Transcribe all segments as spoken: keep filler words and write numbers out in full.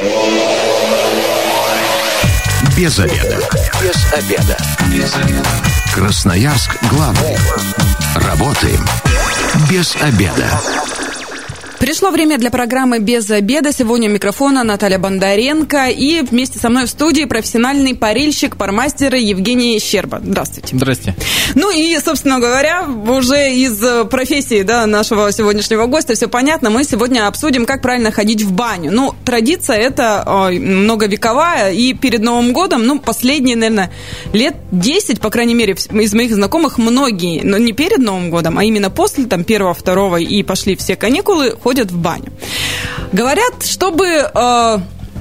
Без обеда. Без обеда. Без обеда. Красноярск главный. Работаем без обеда. Пришло время для программы «Без обеда». Сегодня у микрофона Наталья Бондаренко. И вместе со мной в студии профессиональный парильщик, пармастер Евгений Щерба. Здравствуйте. Здрасте. Ну и, собственно говоря, уже из профессии, да, нашего сегодняшнего гостя все понятно. Мы сегодня обсудим, как правильно ходить в баню. Ну, традиция эта э, многовековая. И перед Новым годом, ну, последние, наверное, лет десять, по крайней мере, из моих знакомых, многие, но не перед Новым годом, а именно после, там, первого, второго и пошли все каникулы, ходят в баню. Говорят, чтобы э,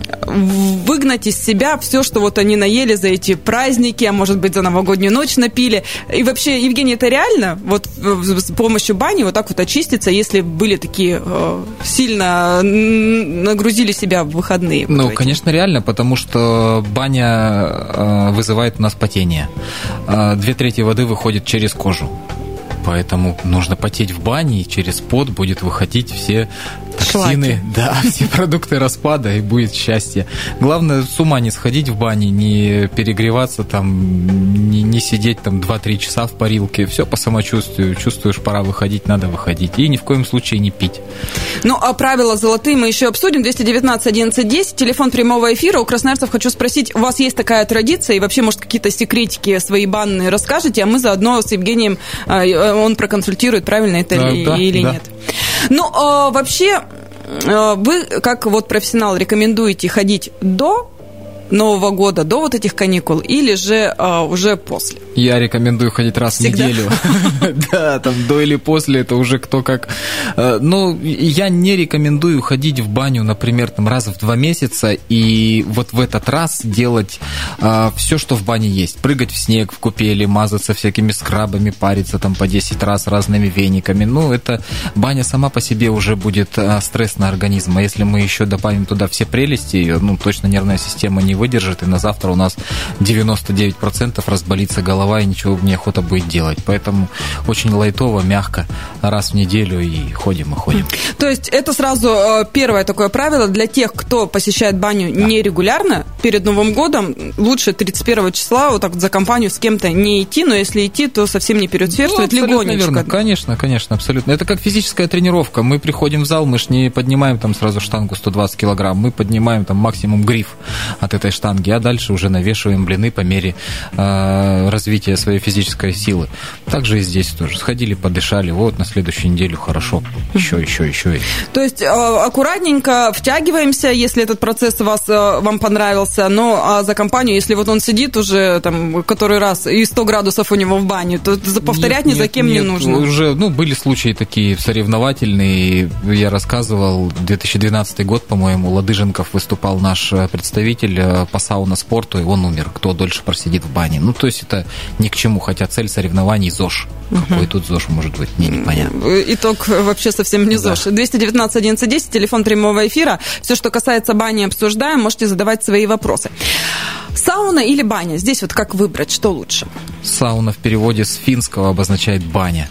выгнать из себя все, что вот они наели за эти праздники, а может быть, за новогоднюю ночь напили. И вообще, Евгений, это реально? Вот с помощью бани вот так вот очиститься, если были такие э, сильно нагрузили себя в выходные? Ну, вот конечно, реально, потому что баня э, вызывает у нас потение. Э, две трети воды выходит через кожу. Поэтому нужно потеть в бане, и через пот будет выходить все токсины, да, все продукты распада, и будет счастье. Главное, с ума не сходить в бане, не перегреваться там, не, не сидеть там два-три часа в парилке. Все по самочувствию. Чувствуешь, пора выходить, надо выходить. И ни в коем случае не пить. Ну, а правила золотые мы еще обсудим. двести девятнадцать одиннадцать десять, телефон прямого эфира. У красноярцев хочу спросить, у вас есть такая традиция, и вообще, может, какие-то секретики свои банные расскажете, а мы заодно с Евгением, он проконсультирует, правильно это да, ли, да, или да. нет. Ну, а, вообще, вы, как вот профессионал, рекомендуете ходить до Нового года, до вот этих каникул, или же а, уже после? Я рекомендую ходить раз Всегда? в неделю. Да, там до или после, это уже кто как. Но я не рекомендую ходить в баню, например, там раз в два месяца, и вот в этот раз делать все, что в бане есть. Прыгать в снег в купели, мазаться всякими скрабами, париться там по десять раз разными вениками. Ну, это баня сама по себе уже будет стресс на организм. А если мы еще добавим туда все прелести, ее, ну, точно нервная система не выдержит, и на завтра у нас девяносто девять процентов разболится голова, и ничего неохота будет делать. Поэтому очень лайтово, мягко, раз в неделю и ходим, и ходим. То есть это сразу первое такое правило для тех, кто посещает баню да. нерегулярно, перед Новым годом лучше тридцать первого числа вот так вот за компанию с кем-то не идти, но если идти, то совсем не переусердствовать, ну, легонечко. Верно. Конечно, конечно, абсолютно. Это как физическая тренировка. Мы приходим в зал, мы ж не поднимаем там сразу штангу сто двадцать килограмм, мы поднимаем там максимум гриф от этой штанги, а дальше уже навешиваем блины по мере э, развития своей физической силы. Так же и здесь тоже. Сходили, подышали, вот на следующую неделю хорошо. Еще, еще, еще. То есть э, аккуратненько втягиваемся, если этот процесс вас, э, вам понравился, но а за компанию, если вот он сидит уже там который раз и сто градусов у него в бане, то повторять нет, ни за кем нет, не нужно. Уже, ну, были случаи такие соревновательные. Я рассказывал, две тысячи двенадцатый год, по-моему, Ладыженков выступал наш представитель по сауна-спорту, и он умер. Кто дольше просидит в бане. Ну, то есть это ни к чему, хотя цель соревнований ЗОЖ. Какой тут ЗОЖ может быть, мне непонятно. Итог вообще совсем не ЗОЖ. Да. двести девятнадцать одиннадцать десять, телефон прямого эфира. Все, что касается бани, обсуждаем. Можете задавать свои вопросы. Сауна или баня? Здесь вот как выбрать, что лучше? Сауна в переводе с финского обозначает баня.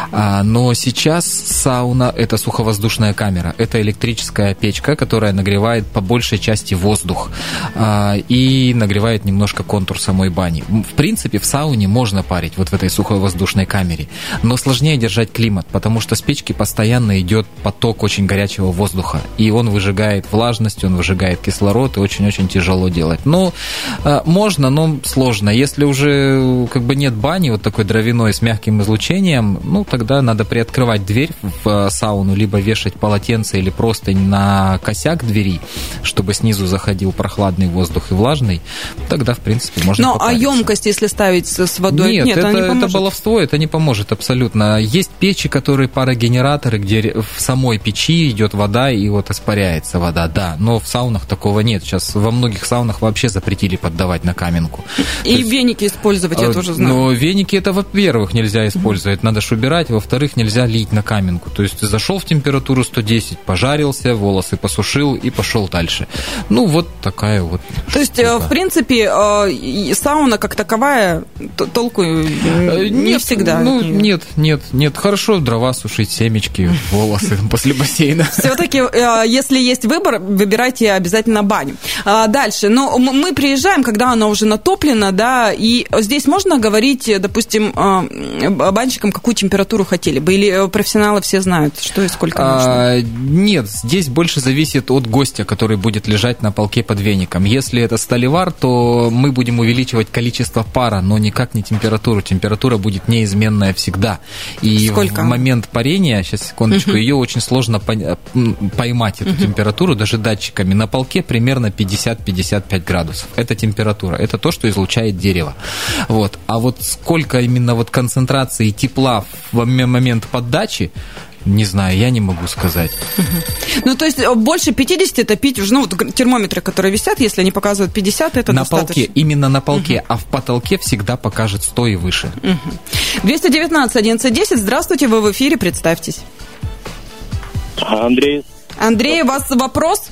Но сейчас сауна – это суховоздушная камера. Это электрическая печка, которая нагревает по большей части воздух и нагревает немножко контур самой бани. В принципе, в сауне можно парить вот в этой суховоздушной камере, но сложнее держать климат, потому что с печки постоянно идет поток очень горячего воздуха, и он выжигает влажность, он выжигает кислород, и очень-очень тяжело делать. Но можно, но сложно. Если уже как бы нет бани вот такой дровяной с мягким излучением, ну тогда надо приоткрывать дверь в сауну, либо вешать полотенце или простынь на косяк двери, чтобы снизу заходил прохладный воздух и влажный. Тогда, в принципе, можно попариться. Ну, а емкость, если ставить с водой? Нет, нет это, не это баловство, это не поможет абсолютно. Есть печи, которые парогенераторы, где в самой печи идет вода и вот испаряется вода, да. Но в саунах такого нет. Сейчас во многих саунах вообще запретили поддавать на каменку. И есть, веники использовать, я тоже знаю. Но веники это, во-первых, нельзя использовать, надо ж убирать, во-вторых, нельзя лить на каменку. То есть ты зашел в температуру сто десять, пожарился, волосы посушил и пошел дальше. дальше. Ну, вот такая вот. То есть, штука. В принципе, сауна как таковая толку не нет, всегда. Ну, нет, нет, нет. Хорошо дрова сушить, семечки, волосы после бассейна. Все-таки, если есть выбор, выбирайте обязательно баню. Дальше. Ну, мы приезжаем, когда она уже натоплена, да, и здесь можно говорить, допустим, банщикам, какую температуру хотели бы, или профессионалы все знают, что и сколько нужно? А, нет, здесь больше зависит от гостя, который будет лежать на полке под веником. Если это сталевар, то мы будем увеличивать количество пара, но никак не температуру. Температура будет неизменная всегда. И сколько? В момент парения, сейчас секундочку, uh-huh. ее очень сложно поймать, эту uh-huh. температуру, даже датчиками. На полке примерно пятьдесят-пятьдесят пять градусов. Это температура, это то, что излучает дерево. Вот. А вот сколько именно вот концентрации тепла в момент поддачи, не знаю, я не могу сказать. Ну, то есть больше пятьдесят топить уже, ну, вот термометры, которые висят, если они показывают пятьдесят, это на достаточно. Полке, именно на полке, uh-huh. а в потолке всегда покажет сто и выше. Uh-huh. двести девятнадцать одиннадцать десять, здравствуйте, вы в эфире, представьтесь. Андрей. Андрей, у вас вопрос?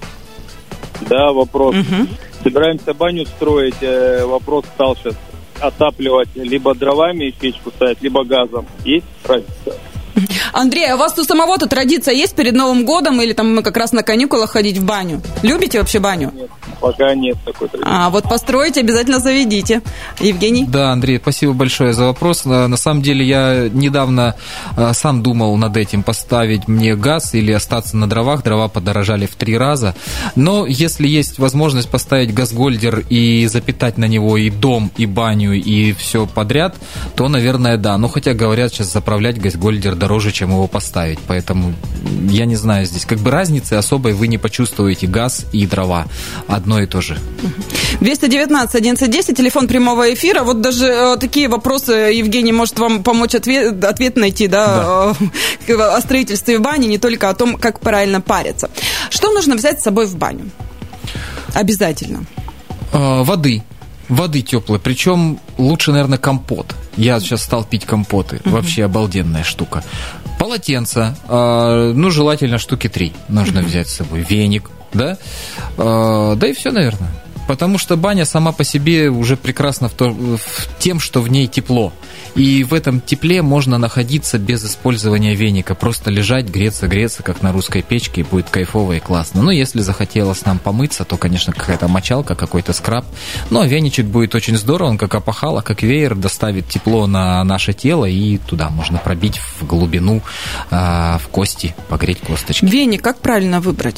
Да, вопрос. Uh-huh. Собираемся баню строить, вопрос стал сейчас отапливать либо дровами печку ставить, либо газом. Есть разница? Андрей, а у вас у самого-то традиция есть перед Новым годом или там мы как раз на каникулах ходить в баню? Любите вообще баню? Нет, пока нет такой традиции. А, вот построите, обязательно заведите. Евгений? Да, Андрей, спасибо большое за вопрос. На самом деле я недавно сам думал над этим, поставить мне газ или остаться на дровах. Дрова подорожали в три раза. Но если есть возможность поставить газгольдер и запитать на него и дом, и баню, и все подряд, то, наверное, да. Но хотя, говорят, сейчас заправлять газгольдер дороже, чем его поставить. Поэтому, я не знаю, здесь как бы разницы особой вы не почувствуете. Газ и дрова. Одно и то же. двести девятнадцать одиннадцать десять, телефон прямого эфира. Вот даже э, такие вопросы, Евгений, может вам помочь ответ, ответ найти, да, да. Э, о строительстве бани, не только о том, как правильно париться. Что нужно взять с собой в баню? Обязательно. Э, воды. Воды теплые, причем лучше, наверное, компот. Я сейчас стал пить компоты, uh-huh. вообще обалденная штука. Полотенце, э, ну, желательно штуки три нужно uh-huh. взять с собой. Веник, да, э, да и все, наверное. Потому что баня сама по себе уже прекрасна в то, в тем, что в ней тепло. И в этом тепле можно находиться без использования веника. Просто лежать, греться, греться, как на русской печке, и будет кайфово и классно. Ну, если захотелось нам помыться, то, конечно, какая-то мочалка, какой-то скраб. Ну, а веничек будет очень здорово, он как опахало, как веер, доставит тепло на наше тело, и туда можно пробить в глубину, в кости, погреть косточки. Веник как правильно выбрать?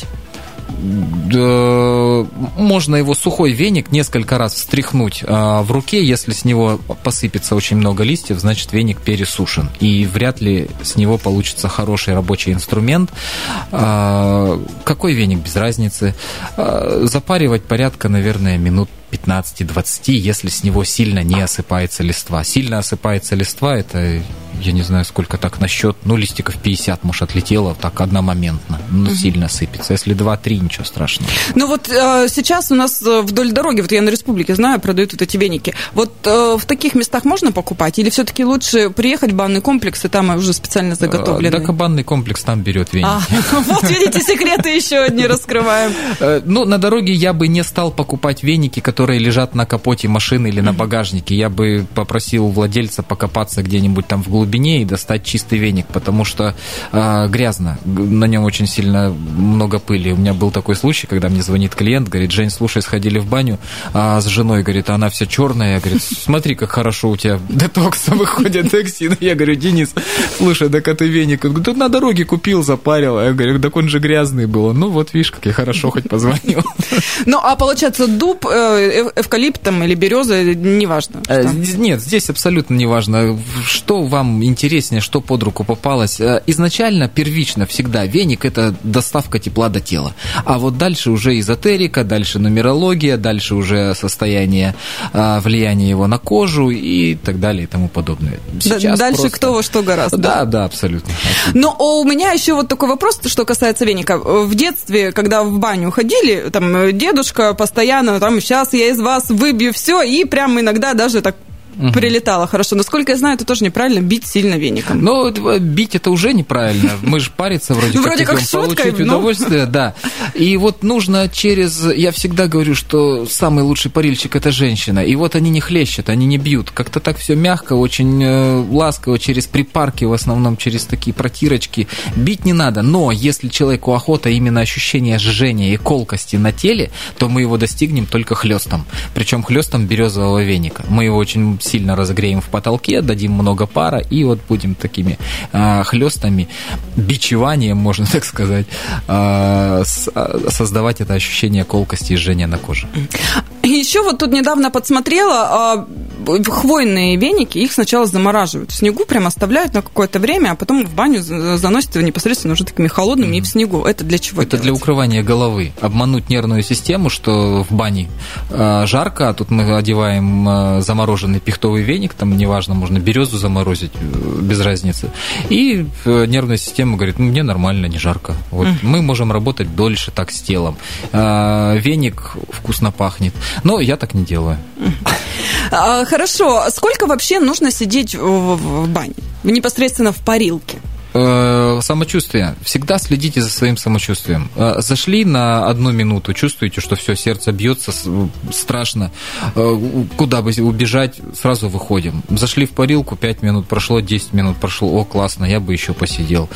Можно его сухой веник несколько раз встряхнуть в руке. Если с него посыпется очень много листьев, значит веник пересушен. И вряд ли с него получится хороший рабочий инструмент. Какой веник, без разницы. Запаривать порядка, наверное, минут пятнадцать-двадцать, если с него сильно не осыпается листва. Сильно осыпается листва, это, я не знаю, сколько так на счет, ну, листиков пятьдесят, может, отлетело так одномоментно. Ну, угу. Сильно сыпется. Если два-три, ничего страшного. Ну, вот э, сейчас у нас вдоль дороги, вот я на Республике знаю, продают вот эти веники. Вот э, в таких местах можно покупать? Или все-таки лучше приехать в банный комплекс, и там уже специально заготовлены? Так, банный комплекс там берет веники. А, вот, видите, секреты еще одни раскрываем. Ну, на дороге я бы не стал покупать веники, которые лежат на капоте машины или на багажнике. Я бы попросил владельца покопаться где-нибудь там в глубине и достать чистый веник, потому что э, грязно, на нем очень сильно много пыли. У меня был такой случай, когда мне звонит клиент, говорит: Жень, слушай, сходили в баню а с женой, говорит, она вся черная. Я говорю: смотри, как хорошо у тебя детокс выходит, токсины. Я говорю: Денис, слушай, так а ты веник? Он говорит: тут на дороге купил, запарил. Я говорю: так он же грязный был. Ну вот, видишь, как я хорошо хоть позвонил. Ну, а получается, дуб, эвкалипт там, или береза, неважно. Нет, здесь абсолютно неважно, что вам интереснее, что под руку попалось. Изначально, первично, всегда веник – это доставка тепла до тела. А вот дальше уже эзотерика, дальше нумерология, дальше уже состояние, влияние его на кожу и так далее и тому подобное. Сейчас дальше просто... кто во что гораздо. Да, да, абсолютно. Но у меня еще вот такой вопрос, что касается веника. В детстве, когда в баню ходили, там дедушка постоянно, там, сейчас я из вас выбью все, и прям иногда даже так угу. прилетало хорошо. Насколько я знаю, это тоже неправильно, бить сильно веником. Ну, бить это уже неправильно. Мы же париться вроде, вроде как, как идем шуткой, получить удовольствие. Да. И вот нужно через... Я всегда говорю, что самый лучший парильщик – это женщина. И вот они не хлещут, они не бьют. Как-то так все мягко, очень ласково, через припарки, в основном через такие протирочки. Бить не надо. Но если человеку охота именно ощущение жжения и колкости на теле, то мы его достигнем только хлестом. Причем хлестом березового веника. Мы его очень сильно разогреем в потолке, дадим много пара, и вот будем такими э, хлестами, бичеванием, можно так сказать, э, с, э, создавать это ощущение колкости и жжения на коже. Еще вот тут недавно подсмотрела, э, хвойные веники, их сначала замораживают в снегу, прям оставляют на какое-то время, а потом в баню заносят его непосредственно уже такими холодными mm-hmm. и в снегу. Это для чего Это делать? Для укрывания головы. Обмануть нервную систему, что в бане э, жарко, а тут мы одеваем э, замороженный пихтовый веник, там неважно, можно березу заморозить, э, без разницы. И э, нервная система говорит, ну, мне нормально, не жарко. Вот. Mm-hmm. Мы можем работать дольше так с телом. Э, веник вкусно пахнет. Но я так не делаю. Mm-hmm. Хорошо. Сколько вообще нужно сидеть в, в бане? Непосредственно в парилке? Самочувствие. Всегда следите за своим самочувствием. Зашли на одну минуту, чувствуете, что все, сердце бьется, страшно. Куда бы убежать, сразу выходим. Зашли в парилку, пять минут прошло, десять минут прошло, о, классно, я бы еще посидел.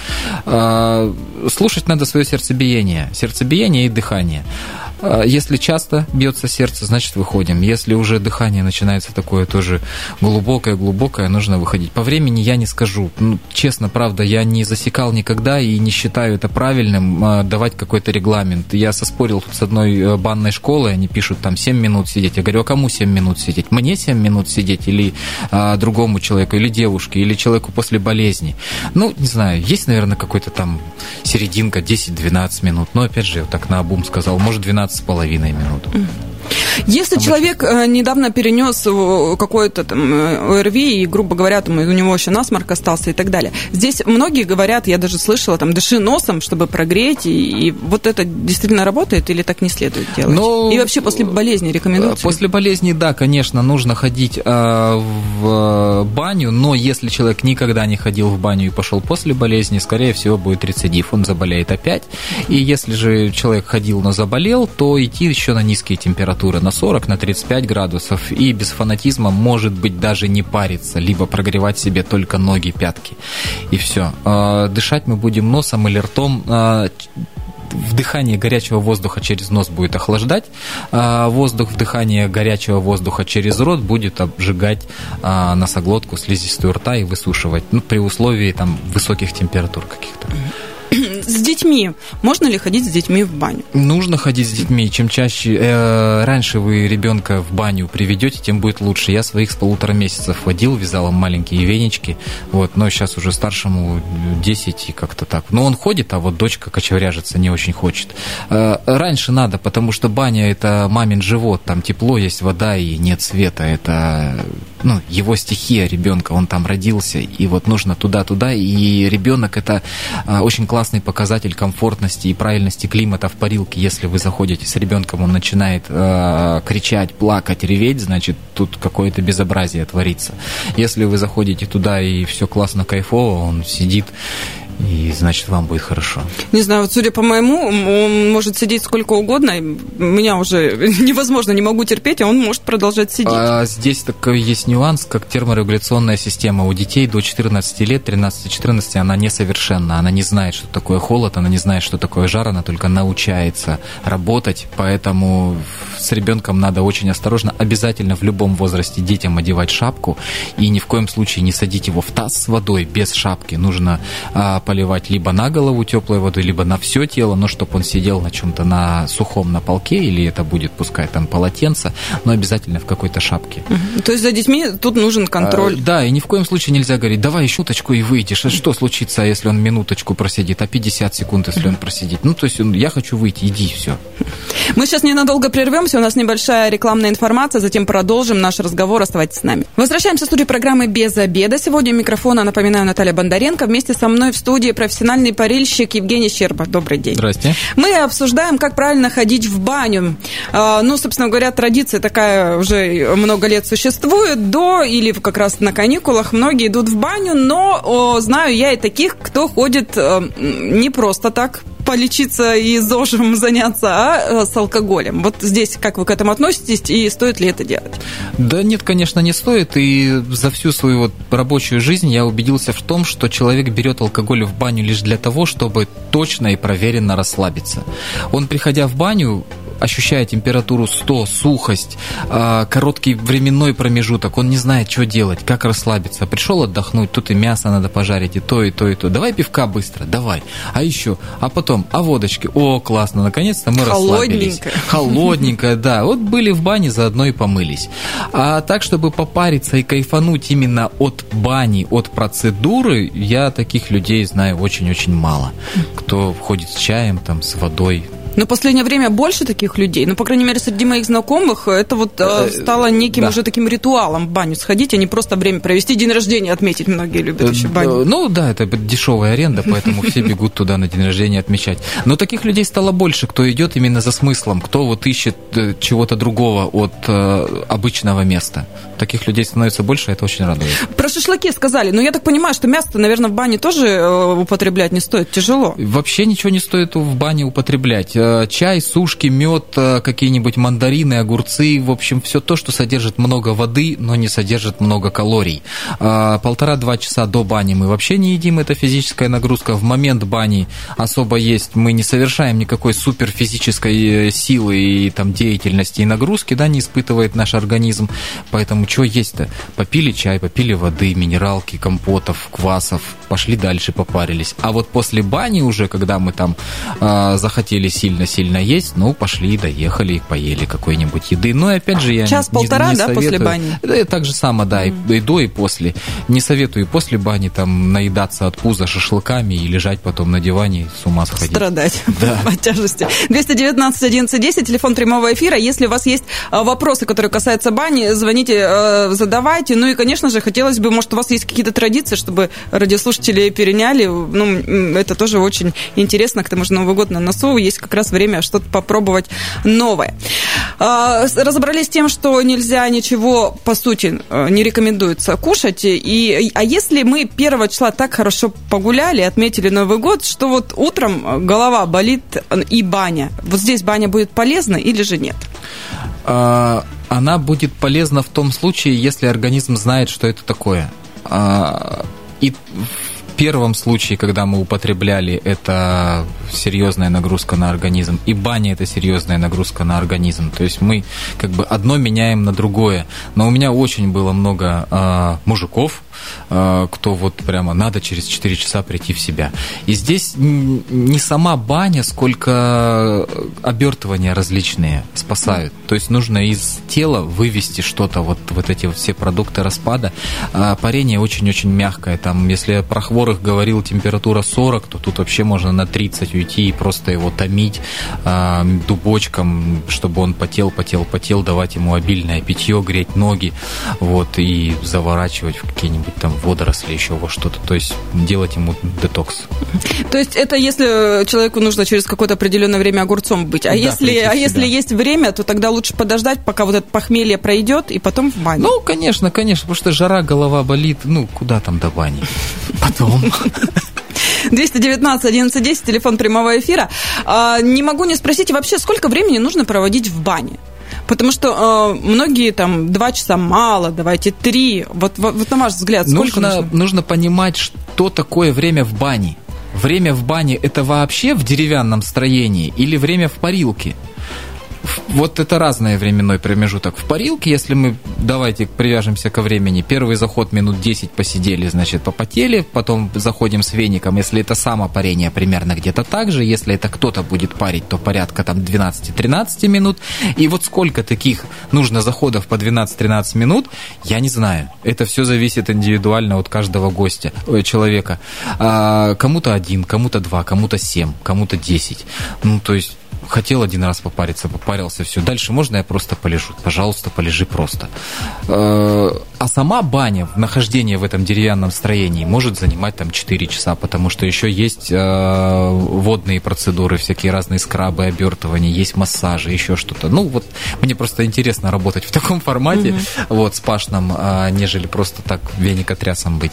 Слушать надо свое сердцебиение. Сердцебиение и дыхание. Если часто бьется сердце, значит выходим. Если уже дыхание начинается такое тоже глубокое-глубокое, нужно выходить. По времени я не скажу. Ну, честно, правда, я не засекал никогда и не считаю это правильным давать какой-то регламент. Я соспорил с одной банной школой, они пишут там семь минут сидеть. Я говорю, а кому семь минут сидеть? Мне семь минут сидеть или а, другому человеку, или девушке, или человеку после болезни? Ну, не знаю, есть, наверное, какой-то там серединка десять-двенадцать минут. Но, опять же, я так наобум сказал, может, двенадцать с половиной минут. Если а человек мы... недавно перенес какое-то там ОРВИ, и, грубо говоря, там, у него еще насморк остался и так далее, здесь многие говорят, я даже слышала, там, дыши носом, чтобы прогреть, и, и вот это действительно работает или так не следует делать? Но... И вообще после болезни рекомендуется? После болезни, да, конечно, нужно ходить э, в баню, но если человек никогда не ходил в баню и пошел после болезни, скорее всего, будет рецидив, он заболеет опять. И если же человек ходил, но заболел, то идти еще на низкие температуры, на сорок, на тридцать пять градусов, и без фанатизма, может быть, даже не париться, либо прогревать себе только ноги, пятки, и все. Дышать мы будем носом или ртом. Вдыхание горячего воздуха через нос будет охлаждать, воздух, вдыхание горячего воздуха через рот будет обжигать носоглотку, слизистую рта и высушивать, ну, при условии там высоких температур каких-то. С детьми. Можно ли ходить с детьми в баню? Нужно ходить с детьми. Чем чаще, э, раньше вы ребенка в баню приведете, тем будет лучше. Я своих с полутора месяцев водил, вязал им маленькие венички, вот, но сейчас уже старшему десять и как-то так. Но он ходит, а вот дочка кочевряжется не очень хочет. Э, раньше надо, потому что баня – это мамин живот, там тепло, есть вода и нет света. Это, ну, его стихия ребенка, он там родился, и вот нужно туда-туда, и ребенок – это э, очень классный показатель комфортности и правильности климата в парилке. Если вы заходите с ребенком, он начинает э, кричать, плакать, реветь, значит, тут какое-то безобразие творится. Если вы заходите туда и все классно, кайфово, он сидит, и, значит, вам будет хорошо. Не знаю, вот судя по моему, он может сидеть сколько угодно, меня уже невозможно, не могу терпеть, а он может продолжать сидеть. А здесь такой есть нюанс, как терморегуляционная система. У детей до четырнадцати лет, тринадцати-четырнадцати, она несовершенна, она не знает, что такое холод, она не знает, что такое жар, она только научается работать, поэтому с ребенком надо очень осторожно, обязательно в любом возрасте детям одевать шапку, и ни в коем случае не садить его в таз с водой без шапки. Нужно а, поливать либо на голову теплой водой, либо на все тело, но чтобы он сидел на чем-то на сухом, на полке, или это будет, пускай там полотенце, но обязательно в какой-то шапке. Uh-huh. То есть за детьми тут нужен контроль? А, да, и ни в коем случае нельзя говорить, давай еще уточку и выйдешь. А что случится, если он минуточку просидит, а пятьдесят секунд, если он просидит? Ну, то есть он, я хочу выйти, иди, все. Мы сейчас ненадолго прервемся, у нас небольшая рекламная информация, затем продолжим наш разговор, оставайтесь с нами. Возвращаемся в студию программы «Без обеда». Сегодня у микрофона, напоминаю, Наталья Бондаренко. Вместе со мной в студии студии профессиональный парильщик Евгений Щерба. Добрый день. Здрасте. Мы обсуждаем, как правильно ходить в баню. Ну, собственно говоря, традиция такая уже много лет существует. До или как раз на каникулах многие идут в баню, но знаю я и таких, кто ходит не просто так полечиться и зожем заняться, а с алкоголем. Вот здесь как вы к этому относитесь и стоит ли это делать? Да нет, конечно, не стоит. И за всю свою вот рабочую жизнь я убедился в том, что человек берет алкоголь в баню лишь для того, чтобы точно и проверенно расслабиться. Он, приходя в баню, ощущая температуру сто, сухость, короткий временной промежуток, он не знает, что делать, как расслабиться. Пришел отдохнуть, тут и мясо надо пожарить, и то, и то, и то. Давай пивка быстро, давай. А еще, а потом, а водочки? О, классно, наконец-то мы расслабились. Холодненькая, да. Вот были в бане, заодно и помылись. А так, чтобы попариться и кайфануть именно от бани, от процедуры, я таких людей знаю очень-очень мало. Кто ходит с чаем, там, с водой. Но в последнее время больше таких людей. Ну, по крайней мере, среди моих знакомых это вот э, стало неким да. уже таким ритуалом в баню сходить, а не просто время провести, день рождения отметить. Многие любят еще баню. Ну, да, это дешевая аренда, поэтому все бегут туда на день рождения отмечать. Но таких людей стало больше, кто идет именно за смыслом, кто вот ищет чего-то другого от э, обычного места. Таких людей становится больше, это очень радует. Про шашлыки сказали, но я так понимаю, что мясо, наверное, в бане тоже э, употреблять не стоит, тяжело. Вообще ничего не стоит в бане употреблять. Чай, сушки, мед, какие-нибудь мандарины, огурцы, в общем, все то, что содержит много воды, но не содержит много калорий. Полтора-два часа до бани мы вообще не едим, это физическая нагрузка. В момент бани особо есть, мы не совершаем никакой суперфизической силы и там, деятельности и нагрузки, да, не испытывает наш организм. Поэтому что есть-то? Попили чай, попили воды, минералки, компотов, квасов, пошли дальше, попарились. А вот после бани уже, когда мы там э, захотели сильно-сильно есть, ну, пошли, доехали, поели какой-нибудь еды. Но, опять же, я Час-полтора, не, не да, советую. после бани? Да, так же само, да, mm. и, и до, и после. Не советую и после бани там наедаться от пуза шашлыками и лежать потом на диване с ума сходить. Страдать да. от тяжести. двести девятнадцать одиннадцать десять, телефон прямого эфира. Если у вас есть вопросы, которые касаются бани, звоните, задавайте. Ну и, конечно же, хотелось бы, может, у вас есть какие-то традиции, чтобы радиослушатели переняли. Ну, это тоже очень интересно. К тому же Новый год на носу, есть как раз время что-то попробовать новое. Разобрались с тем, что нельзя ничего, по сути, не рекомендуется кушать. И, а если мы первого числа так хорошо погуляли, отметили Новый год, что вот утром голова болит и баня. Вот здесь баня будет полезна или же нет? Она будет полезна в том случае, если организм знает, что это такое. И в первом случае, когда мы употребляли, это серьезная нагрузка на организм, и баня – это серьезная нагрузка на организм. То есть мы как бы одно меняем на другое. Но у меня очень было много э, мужиков, э, кто вот прямо надо через четыре часа прийти в себя. И здесь не сама баня, сколько обертывания различные спасают. То есть нужно из тела вывести что-то, вот, вот эти вот все продукты распада. Э, парение очень-очень мягкое. Там, если я про хворых говорил, температура сорок, то тут вообще можно на тридцать уйти и просто его томить э, дубочком, чтобы он потел, потел, потел, давать ему обильное питье, греть ноги, вот, и заворачивать в какие-нибудь там водоросли, еще во что-то, то есть делать ему детокс. То есть это если человеку нужно через какое-то определенное время огурцом быть, а, да, если, а если есть время, то тогда лучше подождать, пока вот это похмелье пройдет, и потом в баню. Ну, конечно, конечно, потому что жара, голова болит, ну, куда там до бани? Потом... двести девятнадцать одиннадцать десять, телефон прямого эфира. А, не могу не спросить, вообще, сколько времени нужно проводить в бане? Потому что э, многие там два часа мало, давайте три. Вот, вот, вот на ваш взгляд, сколько нужно, нужно? Нужно понимать, что такое время в бане. Время в бане – это вообще в деревянном строении или время в парилке? Вот это разный временной промежуток. В парилке, если мы, давайте привяжемся ко времени, первый заход минут десять посидели, значит, попотели, потом заходим с веником, если это самопарение, примерно где-то так же, если это кто-то будет парить, то порядка там двенадцать-тринадцать минут, и вот сколько таких нужно заходов по двенадцать-тринадцать минут, я не знаю. Это все зависит индивидуально от каждого гостя, человека. А, кому-то один, кому-то два, кому-то семь, кому-то десять. Ну, то есть хотел один раз попариться, попарился, все. Дальше можно я просто полежу? Пожалуйста, полежи просто. А сама баня, нахождение в этом деревянном строении может занимать там четыре часа, потому что еще есть водные процедуры, всякие разные скрабы, обертывания, есть массажи, еще что-то. Ну, вот мне просто интересно работать в таком формате, mm-hmm. вот, с пашном, нежели просто так веникотрясом быть.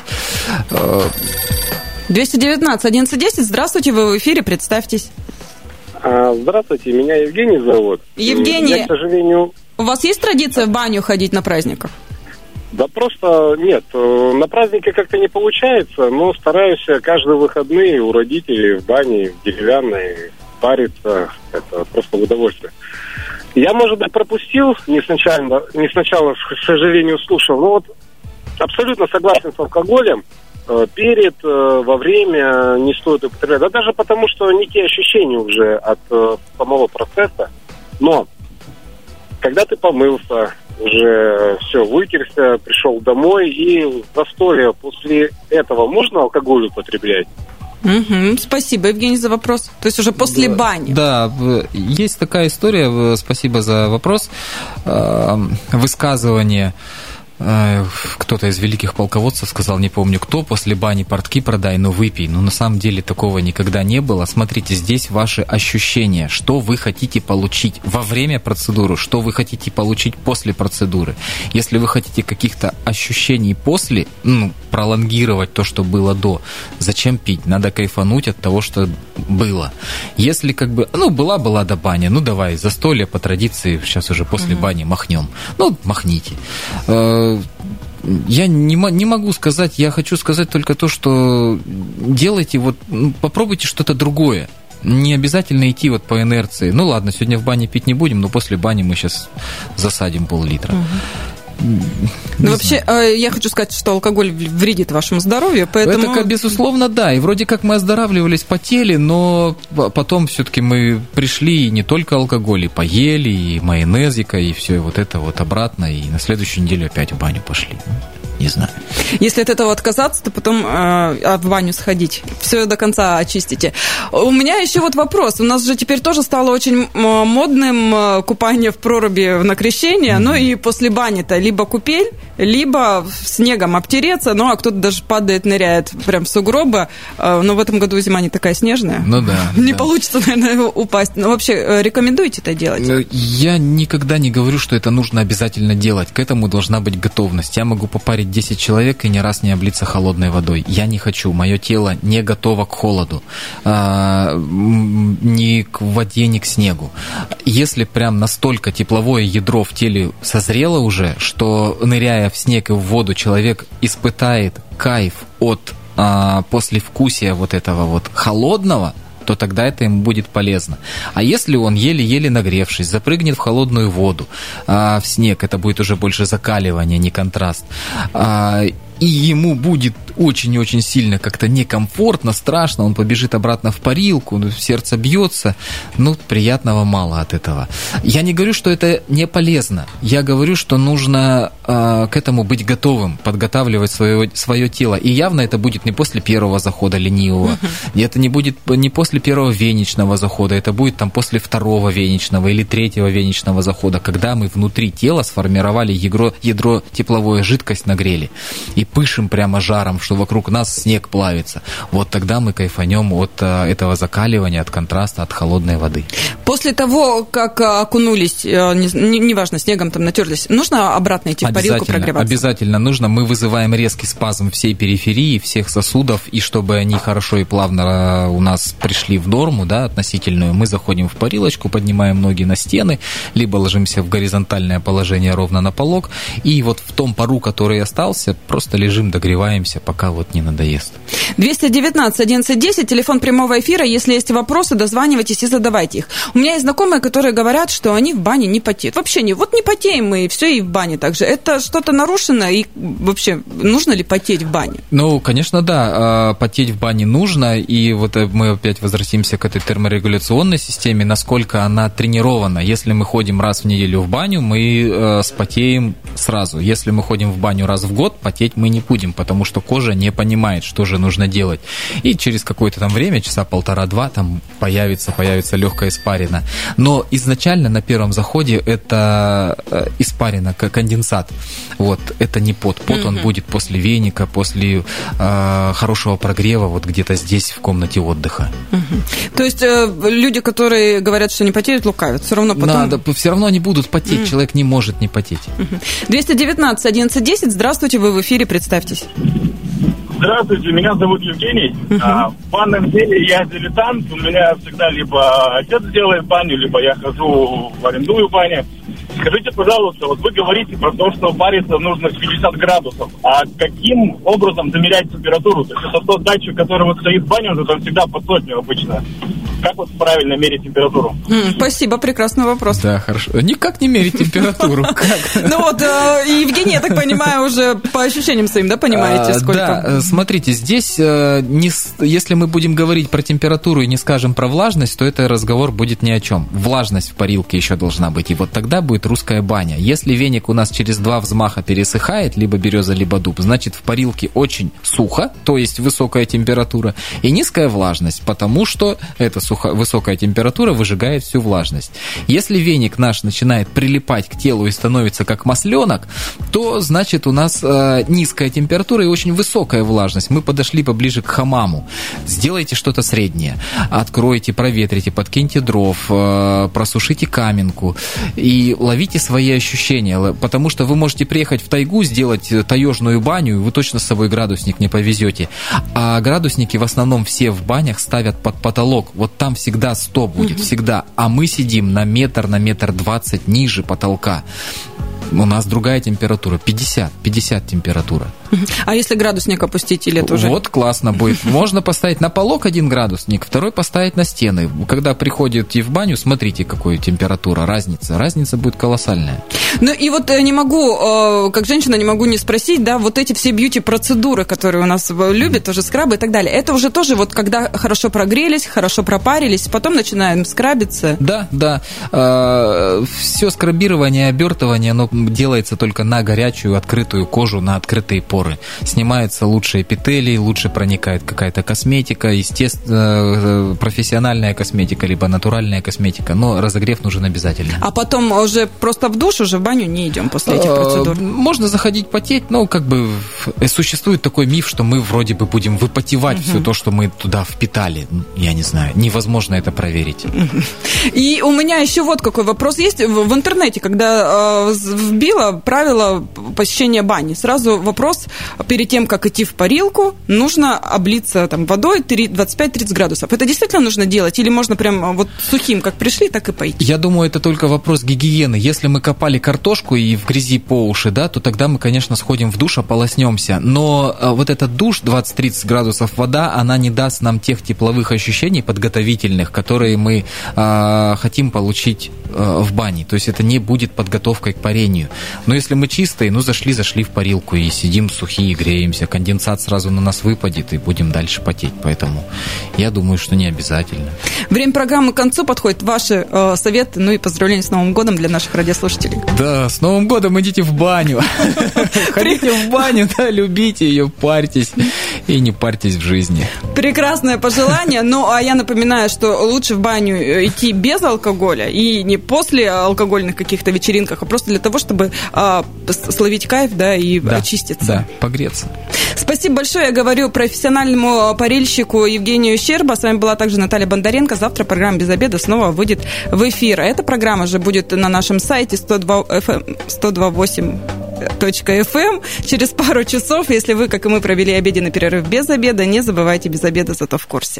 двести девятнадцать одиннадцать десять, здравствуйте, вы в эфире, представьтесь. Здравствуйте, меня Евгений зовут. Евгений, я, к сожалению... у вас есть традиция в баню ходить на праздниках? Да просто нет, на празднике как-то не получается, но стараюсь каждые выходные у родителей в бане, в деревянной, париться, это просто удовольствие. Я, может быть, пропустил, не сначала, не сначала, к сожалению, слушал, но вот абсолютно согласен с алкоголем. Перед, во время не стоит употреблять. Да даже потому, что не те ощущения уже от самого процесса. Но когда ты помылся, уже все, вытерся, пришел домой, и застолье после этого можно алкоголь употреблять? Угу. Спасибо, Евгений, за вопрос. То есть уже после да, бани. Да, есть такая история, спасибо за вопрос. Высказывание... Кто-то из великих полководцев сказал, не помню кто, после бани портки продай, но выпей. Но на самом деле такого никогда не было. Смотрите, здесь ваши ощущения, что вы хотите получить во время процедуры, что вы хотите получить после процедуры. Если вы хотите каких-то ощущений после, ну, пролонгировать то, что было до, зачем пить? Надо кайфануть от того, что было. Если как бы, ну, была-была до бани, ну, давай, застолье по традиции, сейчас уже после mm-hmm. бани махнем. Ну, махните. Я не, не могу сказать, я хочу сказать только то, что делайте, вот, попробуйте что-то другое. Не обязательно идти вот по инерции. Ну ладно, сегодня в бане пить не будем, но после бани мы сейчас засадим пол-литра. Угу. Ну, вообще, я хочу сказать, что алкоголь вредит вашему здоровью, поэтому... Это, безусловно, да. И вроде как мы оздоравливались, потели, но потом все-таки мы пришли и не только алкоголь, и поели, и майонезика, и все вот это вот обратно, и на следующую неделю опять в баню пошли. Не знаю. Если от этого отказаться, то потом э, в баню сходить. Все до конца очистите. У меня еще вот вопрос. У нас же теперь тоже стало очень модным купание в проруби на крещение. Mm-hmm. Ну и после бани-то либо купель, либо снегом обтереться. Ну а кто-то даже падает, ныряет прям в сугробы. Но в этом году зима не такая снежная. Ну да. Не да. получится, наверное, упасть. Но вообще рекомендуете это делать? Я никогда не говорю, что это нужно обязательно делать. К этому должна быть готовность. Я могу попарить десять человек и ни раз не облиться холодной водой. Я не хочу. Мое тело не готово к холоду. Ни к воде, ни к снегу. Если прям настолько тепловое ядро в теле созрело уже, что, ныряя в снег и в воду, человек испытает кайф от а, послевкусия вот этого вот холодного, то тогда это ему будет полезно. А если он, еле-еле нагревшись, запрыгнет в холодную воду, а, в снег, это будет уже больше закаливание, не контраст, а, и ему будет очень-очень сильно как-то некомфортно, страшно, он побежит обратно в парилку, сердце бьется, ну, приятного мало от этого. Я не говорю, что это не полезно, я говорю, что нужно э, к этому быть готовым, подготавливать свое, свое тело, и явно это будет не после первого захода ленивого, uh-huh. это не будет не после первого веничного захода, это будет там после второго веничного или третьего веничного захода, когда мы внутри тела сформировали ядро, ядро тепловую жидкость нагрели, и пышем прямо жаром, что вокруг нас снег плавится. Вот тогда мы кайфанем от а, этого закаливания, от контраста, от холодной воды. После того, как окунулись, неважно, не, не снегом там натерлись, нужно обратно идти в парилку прогреваться? Обязательно нужно. Мы вызываем резкий спазм всей периферии, всех сосудов, и чтобы они хорошо и плавно у нас пришли в норму, да, относительную, мы заходим в парилочку, поднимаем ноги на стены, либо ложимся в горизонтальное положение ровно на полок, и вот в том пару, который остался, просто лежим, догреваемся, пока вот не надоест. двести девятнадцать одиннадцать десять, телефон прямого эфира. Если есть вопросы, дозванивайтесь и задавайте их. У меня есть знакомые, которые говорят, что они в бане не потеют. Вообще не, вот не потеем мы, и все, и в бане также. Это что-то нарушено, и вообще нужно ли потеть в бане? Ну, конечно, да, потеть в бане нужно, и вот мы опять возвратимся к этой терморегуляционной системе, насколько она тренирована. Если мы ходим раз в неделю в баню, мы спотеем сразу. Если мы ходим в баню раз в год, потеть мы не будем, потому что кожа не понимает, что же нужно делать. И через какое-то там время, часа полтора-два, там появится, появится легкая испарина. Но изначально на первом заходе это испарина, конденсат. Вот, это не пот. Пот mm-hmm. он будет после веника, после э, хорошего прогрева, вот где-то здесь, в комнате отдыха. Mm-hmm. То есть э, люди, которые говорят, что не потеют, лукавят. Все равно потом... Надо, все равно они будут потеть. Mm-hmm. Человек не может не потеть. Mm-hmm. двести девятнадцать одиннадцать десять. Здравствуйте, вы в эфире, представьтесь. Здравствуйте, меня зовут Евгений. Uh-huh. А, в банном деле я дилетант. У меня всегда либо отец делает баню, либо я хожу в арендую баню. Скажите, пожалуйста, вот вы говорите про то, что париться нужно пятьдесят градусов. А каким образом замерять температуру? То есть это тот датчик, который вот стоит в бане, он всегда по сотню обычно. Как вот правильно мерить температуру? Mm, спасибо, прекрасный вопрос. Да, хорошо. Никак не мерить температуру. Ну вот, Евгений, я так понимаю, уже по ощущениям своим, да, понимаете, сколько? Да, смотрите, здесь, если мы будем говорить про температуру и не скажем про влажность, то это разговор будет ни о чем. Влажность в парилке еще должна быть, и вот тогда будет русская баня. Если веник у нас через два взмаха пересыхает, либо береза, либо дуб, значит в парилке очень сухо, то есть высокая температура, и низкая влажность, потому что это сухо, высокая температура выжигает всю влажность. Если веник наш начинает прилипать к телу и становится как масленок, то значит у нас э, низкая температура и очень высокая влажность. Мы подошли поближе к хамаму. Сделайте что-то среднее. Откройте, проветрите, подкиньте дров, э, просушите каменку и ловите свои ощущения, потому что вы можете приехать в тайгу, сделать таежную баню, и вы точно с собой градусник не повезете. А градусники в основном все в банях ставят под потолок. Вот там всегда сто будет, всегда. А мы сидим на метр, на метр двадцать ниже потолка. У нас другая температура, пятьдесят, пятьдесят температура. А если градусник опустить или тоже? Вот классно будет. Можно поставить на полок один градусник, второй поставить на стены. Когда приходите в баню, смотрите, какая температура, разница. Разница будет колоссальная. Ну и вот не могу, как женщина, не могу не спросить, да, вот эти все бьюти-процедуры, которые у нас любят, тоже скрабы и так далее, это уже тоже вот когда хорошо прогрелись, хорошо пропарились, потом начинаем скрабиться? Да, да. Все скрабирование, обертывание, оно делается только на горячую, открытую кожу, на открытые поры. Снимаются лучшие эпителии, лучше проникает какая-то косметика, естественно, профессиональная косметика, либо натуральная косметика, но разогрев нужен обязательно. А потом уже просто в душ, уже в баню не идем после этих процедур? Можно заходить потеть, но как бы существует такой миф, что мы вроде бы будем выпотевать угу. все то, что мы туда впитали. Я не знаю, невозможно это проверить. Угу. И у меня еще вот какой вопрос есть. В интернете, когда вбила правила посещения бани, сразу вопрос, перед тем, как идти в парилку, нужно облиться там водой двадцать пять тридцать градусов. Это действительно нужно делать? Или можно прям вот сухим, как пришли, так и пойти? Я думаю, это только вопрос гигиены. Если мы копали картошку и в грязи по уши, да, то тогда мы, конечно, сходим в душ, ополоснемся. Но вот этот душ, двадцать тридцать градусов вода, она не даст нам тех тепловых ощущений подготовительных, которые мы э, хотим получить э, в бане. То есть это не будет подготовкой к парению. Но если мы чистые, ну, зашли, зашли в парилку и сидим сухие, греемся, конденсат сразу на нас выпадет и будем дальше потеть. Поэтому я думаю, что не обязательно. Время программы к концу подходит. Ваши э, советы, ну и поздравления с Новым годом для наших радиослушателей. Да, с Новым годом идите в баню. Ходите в баню, да, любите ее, парьтесь и не парьтесь в жизни. Прекрасное пожелание. Ну, а я напоминаю, что лучше в баню идти без алкоголя и не после алкогольных каких-то вечеринках, а просто для того, чтобы а, словить кайф, да, и да, очиститься. Да, погреться. Спасибо большое. Я говорю профессиональному парильщику Евгению Щерба. С вами была также Наталья Бондаренко. Завтра программа «Без обеда» снова выйдет в эфир. А эта программа же будет на нашем сайте сто два эф эм, сто два восемь точка эф эм через пару часов. Если вы, как и мы, провели обеденный перерыв без обеда, не забывайте без обеда, зато в курсе.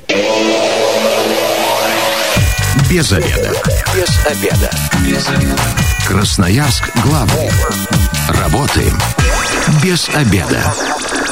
Без обеда. Без обеда. Без обеда. Красноярск главный. Работаем без обеда.